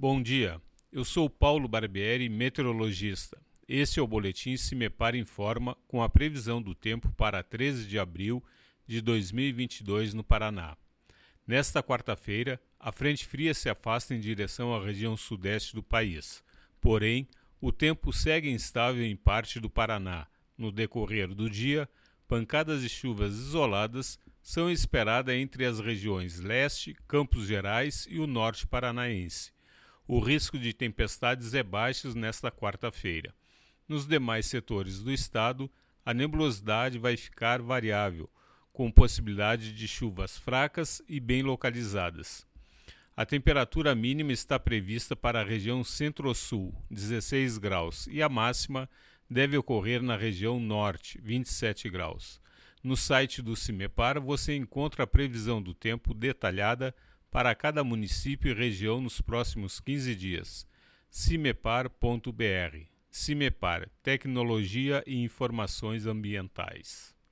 Bom dia, eu sou Paulo Barbieri, meteorologista. Este é o boletim CIMEPAR Informa com a previsão do tempo para 13 de abril de 2022 no Paraná. Nesta quarta-feira, a frente fria se afasta em direção à região sudeste do país. Porém, o tempo segue instável em parte do Paraná. No decorrer do dia, pancadas de chuvas isoladas são esperadas entre as regiões leste, Campos Gerais e o norte paranaense. O risco de tempestades é baixo nesta quarta-feira. Nos demais setores do estado, a nebulosidade vai ficar variável, com possibilidade de chuvas fracas e bem localizadas. A temperatura mínima está prevista para a região centro-sul, 16 graus, e a máxima deve ocorrer na região norte, 27 graus. No site do CIMEPAR você encontra a previsão do tempo detalhada para cada município e região nos próximos 15 dias. cimepar.br. CIMEPAR, Tecnologia e Informações Ambientais.